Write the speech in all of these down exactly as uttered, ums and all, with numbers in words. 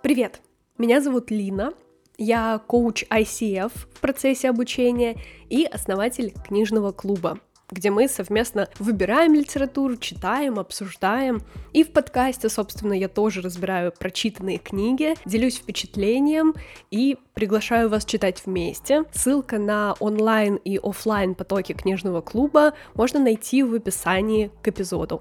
Привет! Меня зовут Лина, я коуч ай си эф в процессе обучения и основатель книжного клуба, где мы совместно выбираем литературу, читаем, обсуждаем. И в подкасте, собственно, я тоже разбираю прочитанные книги, делюсь впечатлением и приглашаю вас читать вместе. Ссылка на онлайн и офлайн потоки книжного клуба можно найти в описании к эпизоду.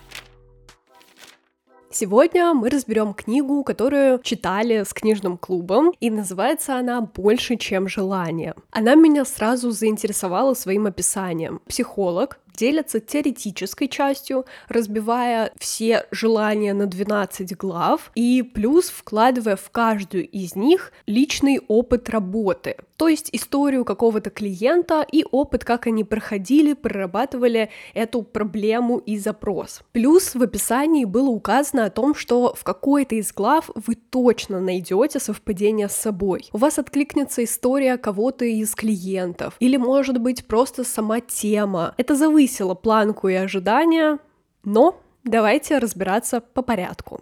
Сегодня мы разберем книгу, которую читали с книжным клубом, и называется она «Больше, чем желание». Она меня сразу заинтересовала своим описанием. Психолог делится теоретической частью, разбивая все желания на двенадцать глав, и плюс вкладывая в каждую из них личный опыт работы, то есть историю какого-то клиента и опыт, как они проходили, прорабатывали эту проблему и запрос. Плюс в описании было указано о том, что в какой-то из глав вы точно найдете совпадение с собой. У вас откликнется история кого-то из клиентов, или, может быть, просто сама тема. Это зависит планку и ожидания, но давайте разбираться по порядку.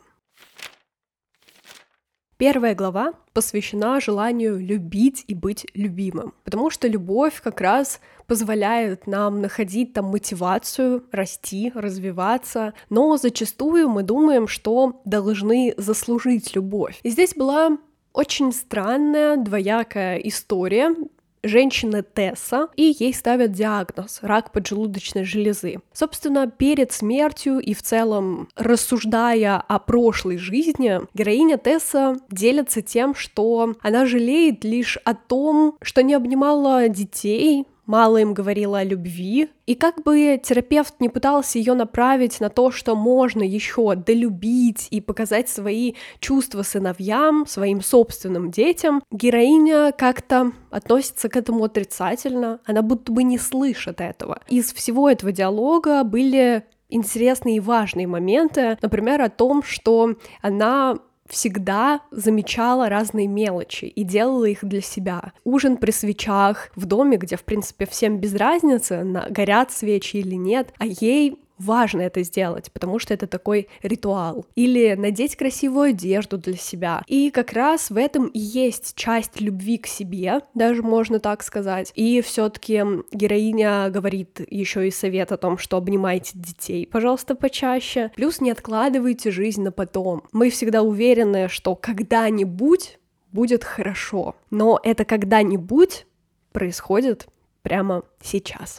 Первая глава посвящена желанию любить и быть любимым, потому что любовь как раз позволяет нам находить там мотивацию, расти, развиваться, но зачастую мы думаем, что должны заслужить любовь. И здесь была очень странная, двоякая история женщины Тесса, и ей ставят диагноз — рак поджелудочной железы. Собственно, перед смертью и в целом рассуждая о прошлой жизни, героиня Тесса делится тем, что она жалеет лишь о том, что не обнимала детей, мало им говорила о любви, и как бы терапевт не пытался ее направить на то, что можно еще долюбить и показать свои чувства сыновьям, своим собственным детям, героиня как-то относится к этому отрицательно, она будто бы не слышит этого. Из всего этого диалога были интересные и важные моменты, например, о том, что она всегда замечала разные мелочи и делала их для себя. Ужин при свечах в доме, где, в принципе, всем без разницы, горят свечи или нет, а ей важно это сделать, потому что это такой ритуал. Или надеть красивую одежду для себя. И как раз в этом и есть часть любви к себе, даже можно так сказать. И все-таки героиня говорит еще и совет о том, что обнимайте детей, пожалуйста, почаще. Плюс не откладывайте жизнь на потом. Мы всегда уверены, что когда-нибудь будет хорошо. Но это когда-нибудь происходит прямо сейчас.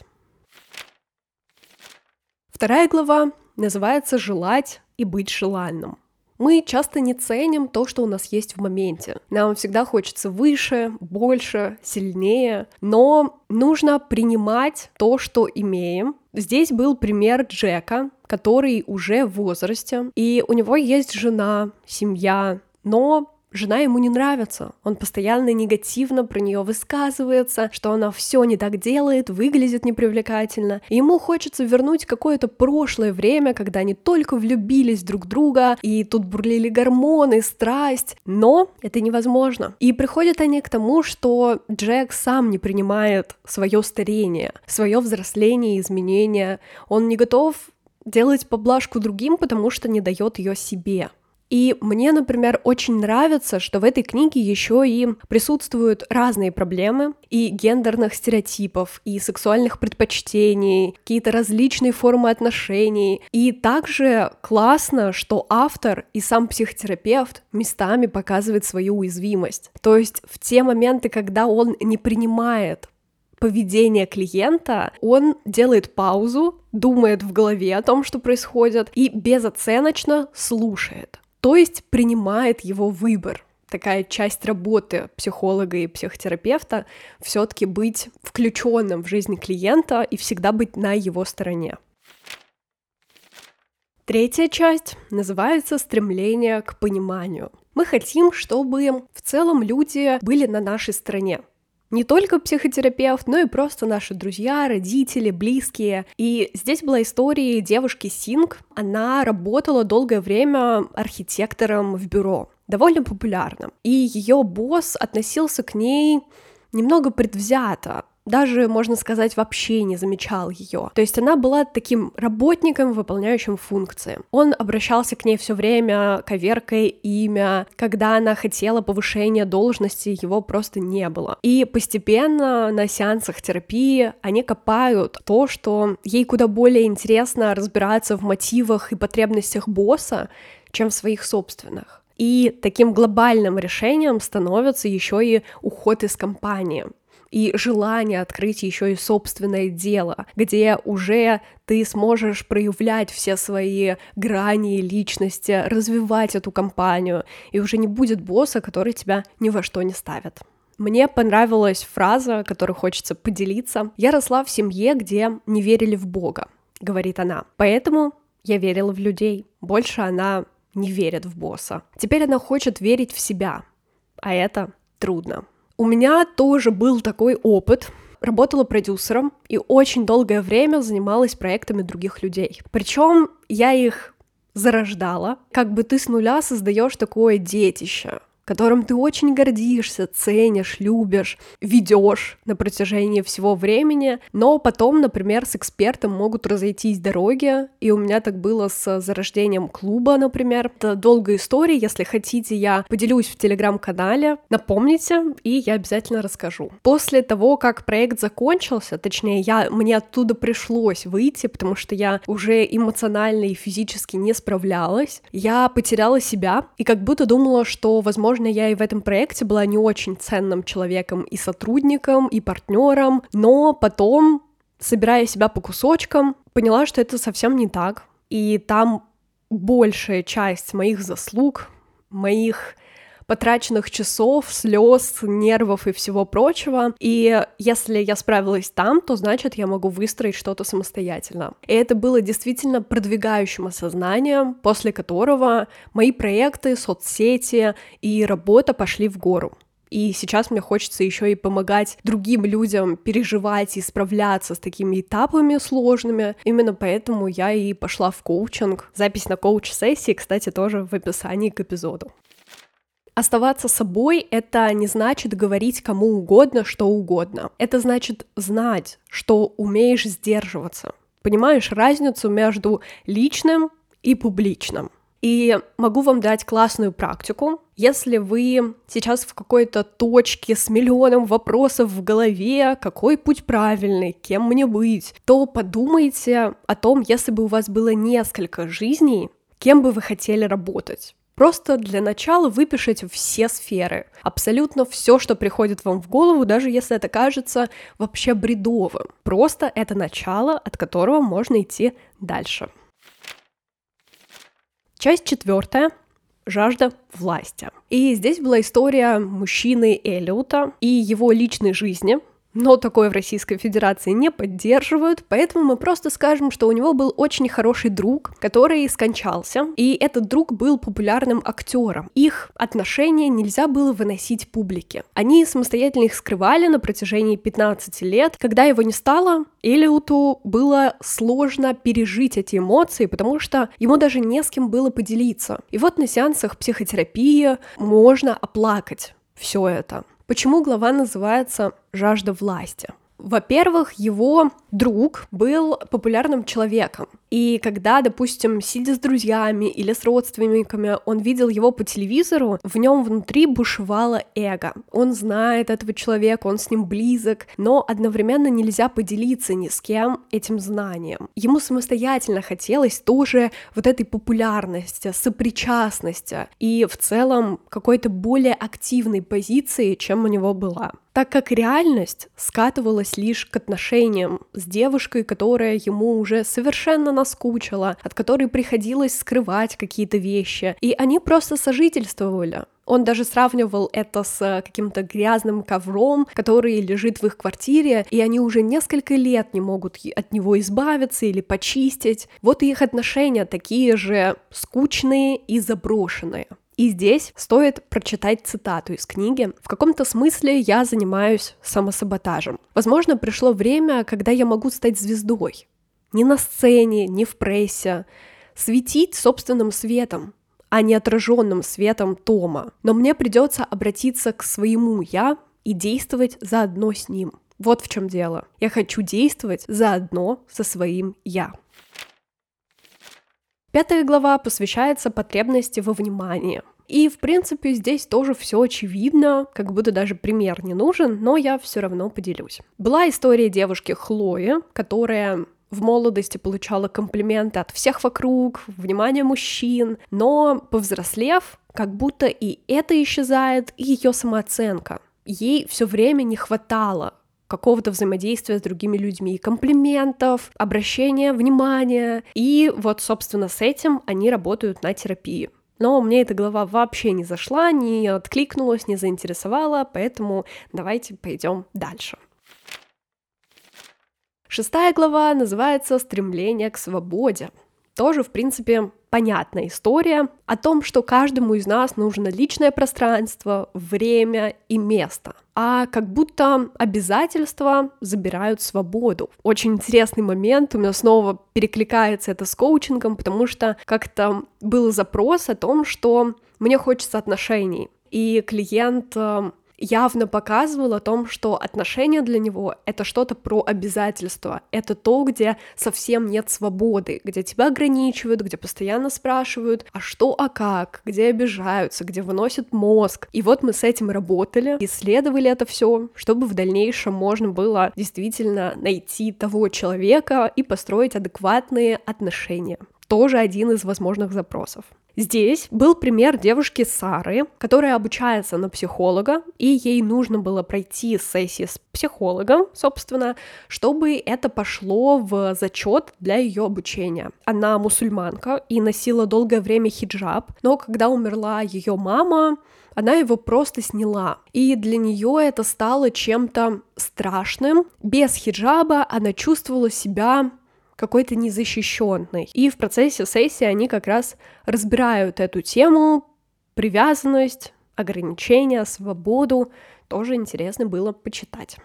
Вторая глава называется «Желать и быть желанным». Мы часто не ценим то, что у нас есть в моменте. Нам всегда хочется выше, больше, сильнее, но нужно принимать то, что имеем. Здесь был пример Джека, который уже в возрасте, и у него есть жена, семья, но жена ему не нравится, он постоянно негативно про нее высказывается, что она все не так делает, выглядит непривлекательно. И ему хочется вернуть какое-то прошлое время, когда они только влюбились друг в друга, и тут бурлили гормоны, страсть, но это невозможно. И приходят они к тому, что Джек сам не принимает свое старение, свое взросление и изменения, он не готов делать поблажку другим, потому что не дает ее себе. И мне, например, очень нравится, что в этой книге еще и присутствуют разные проблемы и гендерных стереотипов, и сексуальных предпочтений, какие-то различные формы отношений. И также классно, что автор и сам психотерапевт местами показывает свою уязвимость. То есть в те моменты, когда он не принимает поведение клиента, он делает паузу, думает в голове о том, что происходит, и безоценочно слушает. То есть принимает его выбор. Такая часть работы психолога и психотерапевта — все-таки быть включенным в жизнь клиента и всегда быть на его стороне. Третья часть называется «Стремление к пониманию». Мы хотим, чтобы в целом люди были на нашей стороне. Не только психотерапевт, но и просто наши друзья, родители, близкие. И здесь была история девушки Синг. Она работала долгое время архитектором в бюро, довольно популярным. И ее босс относился к ней немного предвзято. даже, можно сказать, вообще не замечал ее. То есть она была таким работником, выполняющим функции. Он обращался к ней все время, коверкая имя. Когда она хотела повышения должности, его просто не было. И постепенно на сеансах терапии они копают то, что ей куда более интересно разбираться в мотивах и потребностях босса, чем в своих собственных. И таким глобальным решением становится еще и уход из компании. И желание открыть еще и собственное дело, где уже ты сможешь проявлять все свои грани личности, развивать эту компанию, и уже не будет босса, который тебя ни во что не ставит. Мне понравилась фраза, которой хочется поделиться. «Я росла в семье, где не верили в Бога», — говорит она. «Поэтому я верила в людей. Больше она не верит в босса. Теперь она хочет верить в себя, а это трудно». У меня тоже был такой опыт. Работала продюсером и очень долгое время занималась проектами других людей. Причем я их зарождала. Как бы ты с нуля создаешь такое детище, которым ты очень гордишься, ценишь, любишь, ведешь на протяжении всего времени, но потом, например, с экспертом могут разойтись дороги, и у меня так было с зарождением клуба, например. Это долгая история, если хотите, я поделюсь в телеграм-канале, напомните, и я обязательно расскажу. После того, как проект закончился, точнее, я, мне оттуда пришлось выйти, потому что я уже эмоционально и физически не справлялась, я потеряла себя, и как будто думала, что, возможно, я и в этом проекте была не очень ценным человеком и сотрудником, и партнером, но потом, собирая себя по кусочкам, поняла, что это совсем не так. И там большая часть моих заслуг, моих потраченных часов, слез, нервов и всего прочего. И если я справилась там, то значит, я могу выстроить что-то самостоятельно. И это было действительно продвигающим осознанием, после которого мои проекты, соцсети и работа пошли в гору. И сейчас мне хочется еще и помогать другим людям переживать и справляться с такими этапами сложными. Именно поэтому я и пошла в коучинг. Запись на коуч-сессии, кстати, тоже в описании к эпизоду. Оставаться собой — это не значит говорить кому угодно, что угодно. Это значит знать, что умеешь сдерживаться. Понимаешь разницу между личным и публичным? И могу вам дать классную практику. Если вы сейчас в какой-то точке с миллионом вопросов в голове, какой путь правильный, кем мне быть, то подумайте о том, если бы у вас было несколько жизней, кем бы вы хотели работать. Просто для начала выпишите все сферы, абсолютно все, что приходит вам в голову, даже если это кажется вообще бредовым. Просто это начало, от которого можно идти дальше. Часть четвертая. Жажда власти. И здесь была история мужчины Эллиота и его личной жизни, но такое в Российской Федерации не поддерживают, поэтому мы просто скажем, что у него был очень хороший друг, который скончался, и этот друг был популярным актером. Их отношения нельзя было выносить публике. Они самостоятельно их скрывали на протяжении пятнадцати лет. Когда его не стало, Эллиоту было сложно пережить эти эмоции, потому что ему даже не с кем было поделиться. И вот на сеансах психотерапии можно оплакать все это. Почему глава называется «Жажда власти»? Во-первых, его друг был популярным человеком, и когда, допустим, сидя с друзьями или с родственниками, он видел его по телевизору, в нем внутри бушевало эго. Он знает этого человека, он с ним близок, но одновременно нельзя поделиться ни с кем этим знанием. Ему самостоятельно хотелось тоже вот этой популярности, сопричастности и в целом какой-то более активной позиции, чем у него была. Так как реальность скатывалась лишь к отношениям с девушкой, которая ему уже совершенно наскучила, от которой приходилось скрывать какие-то вещи, и они просто сожительствовали. Он даже сравнивал это с каким-то грязным ковром, который лежит в их квартире, и они уже несколько лет не могут от него избавиться или почистить. Вот и их отношения такие же скучные и заброшенные. И здесь стоит прочитать цитату из книги. В каком-то смысле я занимаюсь самосаботажем. Возможно, пришло время, когда я могу стать звездой. Не на сцене, не в прессе. Светить собственным светом, а не отраженным светом Тома. Но мне придется обратиться к своему «я» и действовать заодно с ним. Вот в чем дело. Я хочу действовать заодно со своим «я». Пятая глава посвящается потребности во внимании. И, в принципе, здесь тоже все очевидно, как будто даже пример не нужен, но я все равно поделюсь. Была история девушки Хлои, которая в молодости получала комплименты от всех вокруг, внимание мужчин, но, повзрослев, как будто и это исчезает, и ее самооценка. Ей все время не хватало какого-то взаимодействия с другими людьми, комплиментов, обращения внимания. И вот, собственно, с этим они работают на терапии. Но мне эта глава вообще не зашла, не откликнулась, не заинтересовала, поэтому давайте пойдем дальше. Шестая глава называется «Стремление к свободе». Тоже, в принципе, понятная история о том, что каждому из нас нужно личное пространство, время и место. А как будто обязательства забирают свободу. Очень интересный момент, у меня снова перекликается это с коучингом, потому что как-то был запрос о том, что мне хочется отношений. И клиент явно показывал о том, что отношения для него — это что-то про обязательства, это то, где совсем нет свободы, где тебя ограничивают, где постоянно спрашивают, а что, а как, где обижаются, где выносят мозг. И вот мы с этим работали, исследовали это все, чтобы в дальнейшем можно было действительно найти того человека и построить адекватные отношения. Тоже один из возможных запросов. Здесь был пример девушки Сары, которая обучается на психолога, и ей нужно было пройти сессии с психологом, собственно, чтобы это пошло в зачет для ее обучения. Она мусульманка и носила долгое время хиджаб, но когда умерла ее мама, она его просто сняла. И для нее это стало чем-то страшным. Без хиджаба она чувствовала себя какой-то незащищенный. И в процессе сессии они как раз разбирают эту тему, привязанность, ограничения, свободу. Тоже интересно было почитать.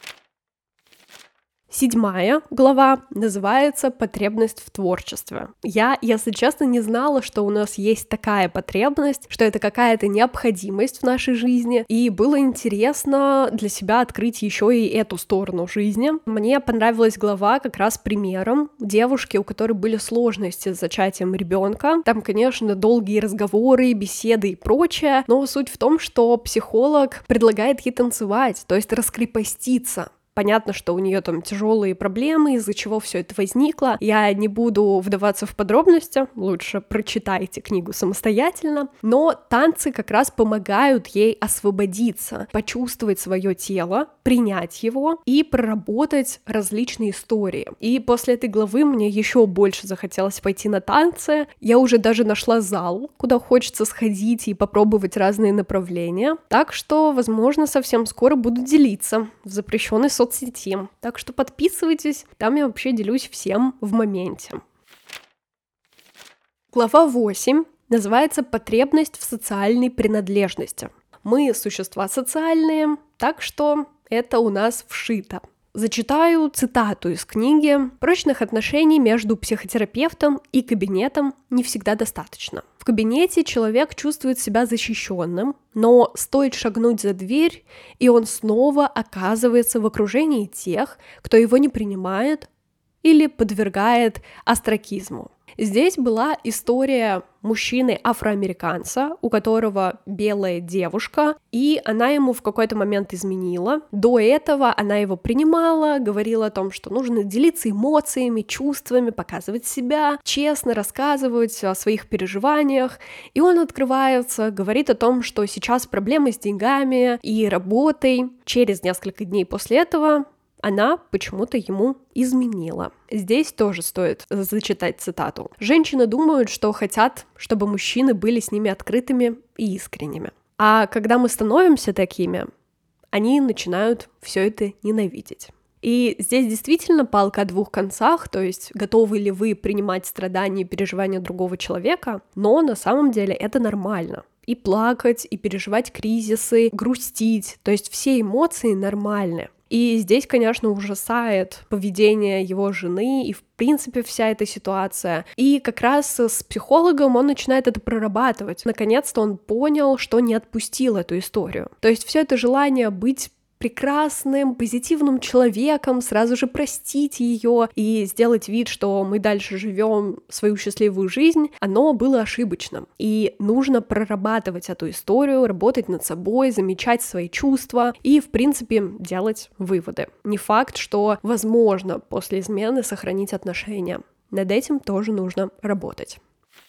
Седьмая глава называется «Потребность в творчестве». Я, если честно, не знала, что у нас есть такая потребность, что это какая-то необходимость в нашей жизни, и было интересно для себя открыть еще и эту сторону жизни. Мне понравилась глава как раз примером девушки, у которой были сложности с зачатием ребенка. Там, конечно, долгие разговоры, беседы и прочее, но суть в том, что психолог предлагает ей танцевать, то есть раскрепоститься. Понятно, что у нее там тяжелые проблемы, из-за чего все это возникло. Я не буду вдаваться в подробности, лучше прочитайте книгу самостоятельно. Но танцы как раз помогают ей освободиться, почувствовать свое тело, принять его и проработать различные истории. И после этой главы мне еще больше захотелось пойти на танцы. Я уже даже нашла зал, куда хочется сходить и попробовать разные направления. Так что, возможно, совсем скоро буду делиться в запрещенной соцсети. соцсети. Так что подписывайтесь, там я вообще делюсь всем в моменте. Глава восемь называется «Потребность в социальной принадлежности». Мы существа социальные, так что это у нас вшито. Зачитаю цитату из книги. «Прочных отношений между психотерапевтом и кабинетом не всегда достаточно. В кабинете человек чувствует себя защищенным, но стоит шагнуть за дверь, и он снова оказывается в окружении тех, кто его не принимает или подвергает остракизму». Здесь была история мужчины-афроамериканца, у которого белая девушка, и она ему в какой-то момент изменила. До этого она его принимала, говорила о том, что нужно делиться эмоциями, чувствами, показывать себя, честно рассказывать о своих переживаниях. И он открывается, говорит о том, что сейчас проблемы с деньгами и работой. Через несколько дней после этого она почему-то ему изменила. Здесь тоже стоит зачитать цитату. «Женщины думают, что хотят, чтобы мужчины были с ними открытыми и искренними. А когда мы становимся такими, они начинают все это ненавидеть». И здесь действительно палка о двух концах, то есть готовы ли вы принимать страдания и переживания другого человека, но на самом деле это нормально. И плакать, и переживать кризисы, грустить, то есть все эмоции нормальны. И здесь, конечно, ужасает поведение его жены и, в принципе, вся эта ситуация. И как раз с психологом он начинает это прорабатывать. Наконец-то он понял, что не отпустил эту историю. То есть все это желание быть прекрасным, позитивным человеком, сразу же простить ее и сделать вид, что мы дальше живем свою счастливую жизнь, оно было ошибочным. И нужно прорабатывать эту историю, работать над собой, замечать свои чувства и, в принципе, делать выводы. Не факт, что возможно после измены сохранить отношения. Над этим тоже нужно работать.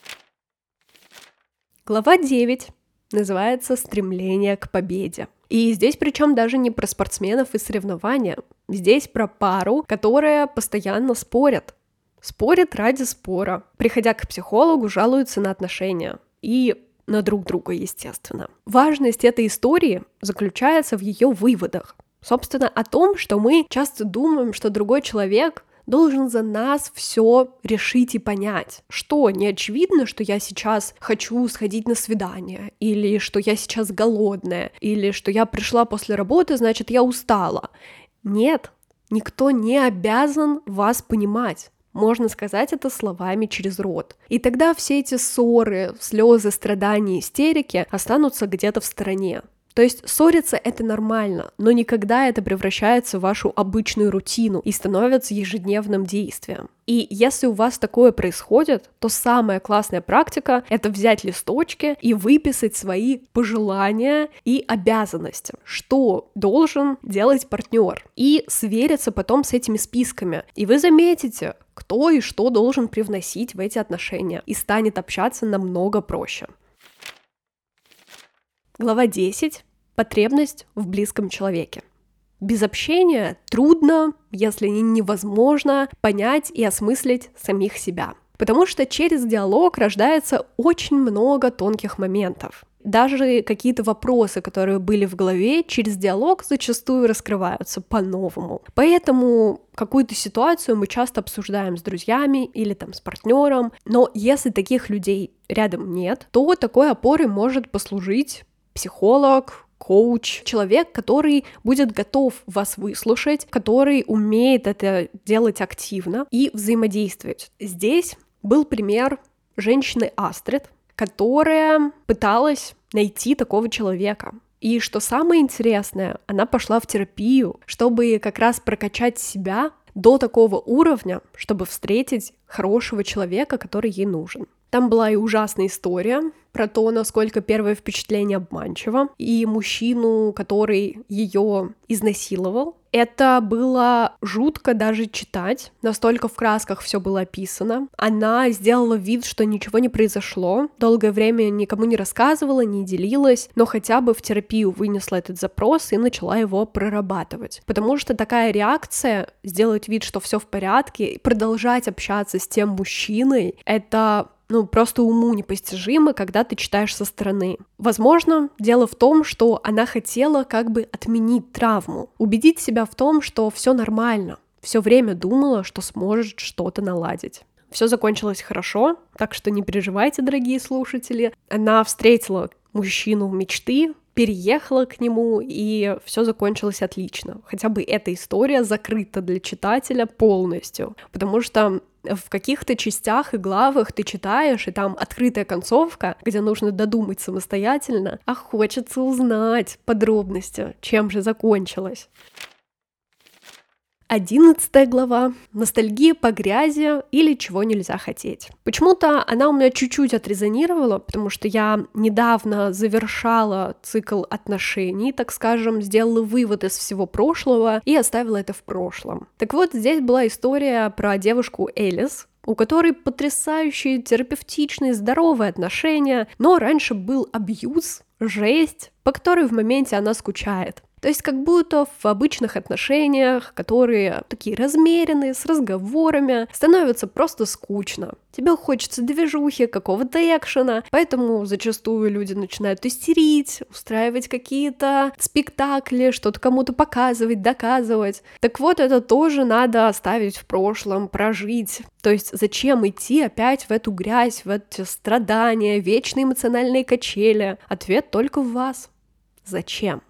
Глава девять называется «Стремление к победе». И здесь причем даже не про спортсменов и соревнования. Здесь про пару, которая постоянно спорят. Спорят ради спора. Приходя к психологу, жалуются на отношения. И на друг друга, естественно. Важность этой истории заключается в ее выводах. Собственно, о том, что мы часто думаем, что другой человек должен за нас все решить и понять. Что, не очевидно, что я сейчас хочу сходить на свидание, или что я сейчас голодная, или что я пришла после работы, значит, я устала. Нет, никто не обязан вас понимать. Можно сказать это словами через рот. И тогда все эти ссоры, слезы, страдания, истерики останутся где-то в стороне. То есть ссориться — это нормально, но никогда это превращается в вашу обычную рутину и становится ежедневным действием. И если у вас такое происходит, то самая классная практика — это взять листочки и выписать свои пожелания и обязанности, что должен делать партнер, и свериться потом с этими списками. И вы заметите, кто и что должен привносить в эти отношения, и станет общаться намного проще. Глава десять. Потребность в близком человеке. Без общения трудно, если не невозможно, понять и осмыслить самих себя. Потому что через диалог рождается очень много тонких моментов. Даже какие-то вопросы, которые были в голове, через диалог зачастую раскрываются по-новому. Поэтому какую-то ситуацию мы часто обсуждаем с друзьями или там с партнером. Но если таких людей рядом нет, то такой опорой может послужить психолог, коуч, человек, который будет готов вас выслушать, который умеет это делать активно и взаимодействовать. Здесь был пример женщины Астрид, которая пыталась найти такого человека. И что самое интересное, она пошла в терапию, чтобы как раз прокачать себя до такого уровня, чтобы встретить хорошего человека, который ей нужен. Там была и ужасная история про то, насколько первое впечатление обманчиво, и мужчину, который ее изнасиловал. Это было жутко даже читать, настолько в красках все было описано. Она сделала вид, что ничего не произошло, долгое время никому не рассказывала, не делилась, но хотя бы в терапию вынесла этот запрос и начала его прорабатывать. Потому что такая реакция, сделать вид, что все в порядке, и продолжать общаться с тем мужчиной, это ну, просто уму непостижимо, когда ты читаешь со стороны. Возможно, дело в том, что она хотела как бы отменить травму, убедить себя в том, что все нормально, все время думала, что сможет что-то наладить. Все закончилось хорошо, так что не переживайте, дорогие слушатели. Она встретила мужчину мечты, переехала к нему, и все закончилось отлично. Хотя бы эта история закрыта для читателя полностью, потому что в каких-то частях и главах ты читаешь, и там открытая концовка, где нужно додумать самостоятельно, а хочется узнать подробности, чем же закончилось. Одиннадцатая глава. Ностальгия по грязи или чего нельзя хотеть. Почему-то она у меня чуть-чуть отрезонировала, потому что я недавно завершала цикл отношений, так скажем, сделала вывод из всего прошлого и оставила это в прошлом. Так вот, здесь была история про девушку Элис, у которой потрясающие, терапевтичные, здоровые отношения, но раньше был абьюз, жесть, по которой в моменте она скучает. То есть как будто в обычных отношениях, которые такие размеренные, с разговорами, становится просто скучно. Тебе хочется движухи, какого-то экшена, поэтому зачастую люди начинают истерить, устраивать какие-то спектакли, что-то кому-то показывать, доказывать. Так вот, это тоже надо оставить в прошлом, прожить. То есть зачем идти опять в эту грязь, в эти страдания, вечные эмоциональные качели? Ответ только в вас. Зачем?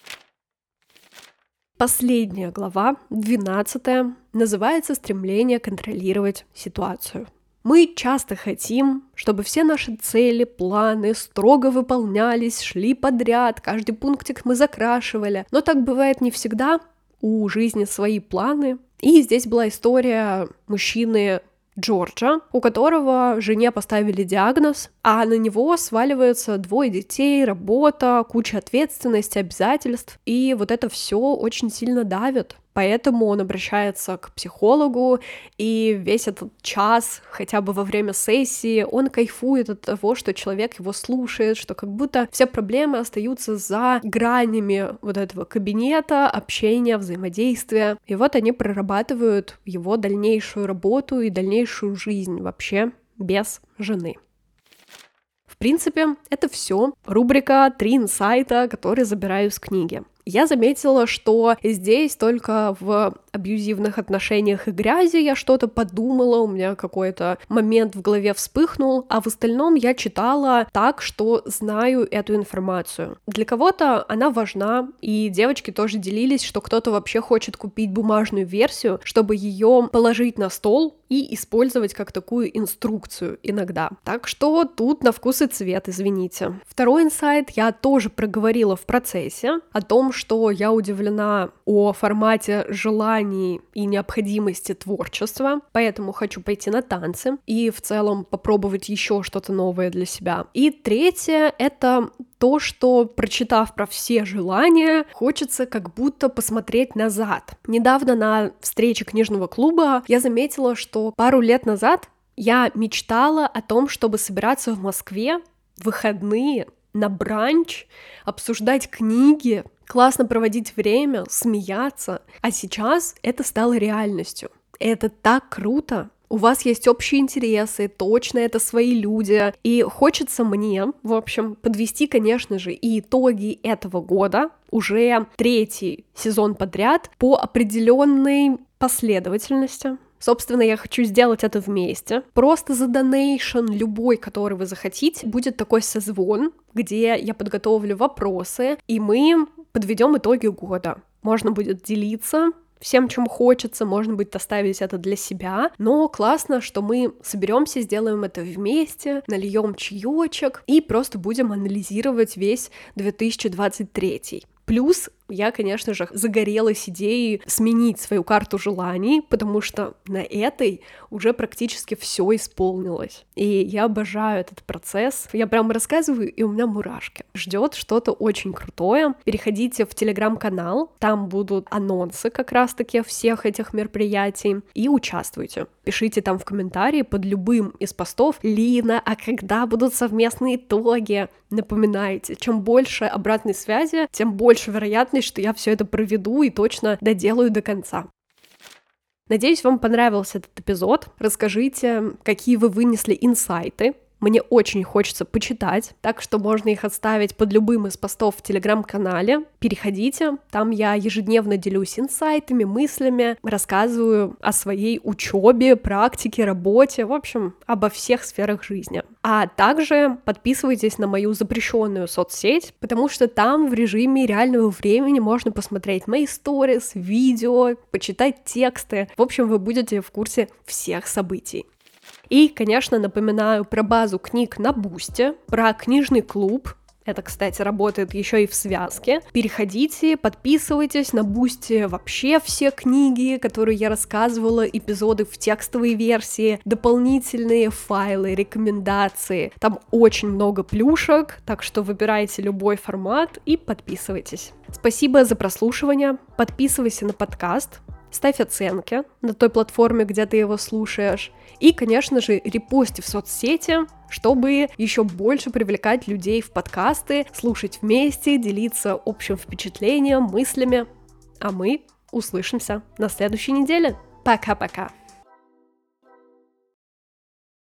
Последняя глава, двенадцатая, называется «Стремление контролировать ситуацию». Мы часто хотим, чтобы все наши цели, планы строго выполнялись, шли подряд, каждый пунктик мы закрашивали. Но так бывает не всегда, у жизни свои планы. И здесь была история мужчины Джорджа, у которого жене поставили диагноз, а на него сваливаются двое детей, работа, куча ответственности, обязательств, и вот это все очень сильно давит. Поэтому он обращается к психологу, и весь этот час, хотя бы во время сессии, он кайфует от того, что человек его слушает, что как будто все проблемы остаются за гранями вот этого кабинета, общения, взаимодействия. И вот они прорабатывают его дальнейшую работу и дальнейшую жизнь вообще без жены. В принципе, это все. Рубрика «Три инсайта», которые забираю из книги. Я заметила, что здесь только в абьюзивных отношениях и грязи я что-то подумала, у меня какой-то момент в голове вспыхнул, а в остальном я читала так, что знаю эту информацию. Для кого-то она важна, и девочки тоже делились, что кто-то вообще хочет купить бумажную версию, чтобы ее положить на стол и использовать как такую инструкцию иногда. Так что тут на вкус и цвет, извините. Второй инсайт я тоже проговорила в процессе, о том, что я удивлена о формате желаний и необходимости творчества, поэтому хочу пойти на танцы и в целом попробовать еще что-то новое для себя. И третье — это то, что, прочитав про все желания, хочется как будто посмотреть назад. Недавно на встрече книжного клуба я заметила, что пару лет назад я мечтала о том, чтобы собираться в Москве в выходные на бранч, обсуждать книги, классно проводить время, смеяться. А сейчас это стало реальностью. Это так круто. У вас есть общие интересы, точно это свои люди. И хочется мне, в общем, подвести, конечно же, и итоги этого года, уже третий сезон подряд, по определенной последовательности. Собственно, я хочу сделать это вместе. Просто за донейшн любой, который вы захотите, будет такой созвон, где я подготовлю вопросы, и мы подведем итоги года. Можно будет делиться всем, чем хочется, можно будет оставить это для себя, но классно, что мы соберемся, сделаем это вместе, нальем чаечек и просто будем анализировать весь две тысячи двадцать третий. Плюс я, конечно же, загорелась идеей сменить свою карту желаний, потому что на этой уже практически все исполнилось. И я обожаю этот процесс. Я прям рассказываю, и у меня мурашки. Ждет что-то очень крутое. Переходите в телеграм-канал, там будут анонсы как раз-таки всех этих мероприятий, и участвуйте. Пишите там в комментарии под любым из постов: «Лина, а когда будут совместные итоги?» Напоминайте, чем больше обратной связи, тем больше вероятность, что я все это проведу и точно доделаю до конца. Надеюсь, вам понравился этот эпизод. Расскажите, какие вы вынесли инсайты. Мне очень хочется почитать, так что можно их оставить под любым из постов в телеграм-канале. Переходите, там я ежедневно делюсь инсайтами, мыслями, рассказываю о своей учебе, практике, работе, в общем, обо всех сферах жизни. А также подписывайтесь на мою запрещенную соцсеть, потому что там в режиме реального времени можно посмотреть мои сторис, видео, почитать тексты. В общем, вы будете в курсе всех событий. И, конечно, напоминаю про базу книг на Бусте, про книжный клуб. Это, кстати, работает еще и в связке. Переходите, подписывайтесь на Бусте вообще все книги, которые я рассказывала, эпизоды в текстовой версии, дополнительные файлы, рекомендации. Там очень много плюшек, так что выбирайте любой формат и подписывайтесь. Спасибо за прослушивание. Подписывайся на подкаст. Ставь оценки на той платформе, где ты его слушаешь. И, конечно же, репости в соцсети, чтобы еще больше привлекать людей в подкасты, слушать вместе, делиться общим впечатлением, мыслями. А мы услышимся на следующей неделе. Пока-пока!